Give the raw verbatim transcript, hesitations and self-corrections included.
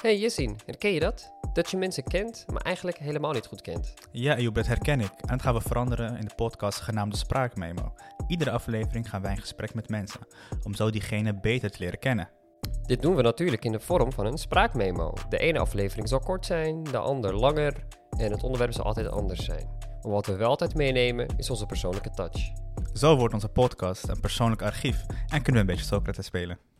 Hey Yassine, herken je dat? Dat je mensen kent, maar eigenlijk helemaal niet goed kent. Ja, Joep, dat herken ik. En dat gaan we veranderen in de podcast genaamd de Spraakmemo. Iedere aflevering gaan wij in gesprek met mensen, om zo diegene beter te leren kennen. Dit doen we natuurlijk in de vorm van een spraakmemo. De ene aflevering zal kort zijn, de ander langer en het onderwerp zal altijd anders zijn. Maar wat we wel altijd meenemen is onze persoonlijke touch. Zo wordt onze podcast een persoonlijk archief en kunnen we een beetje Socrates spelen.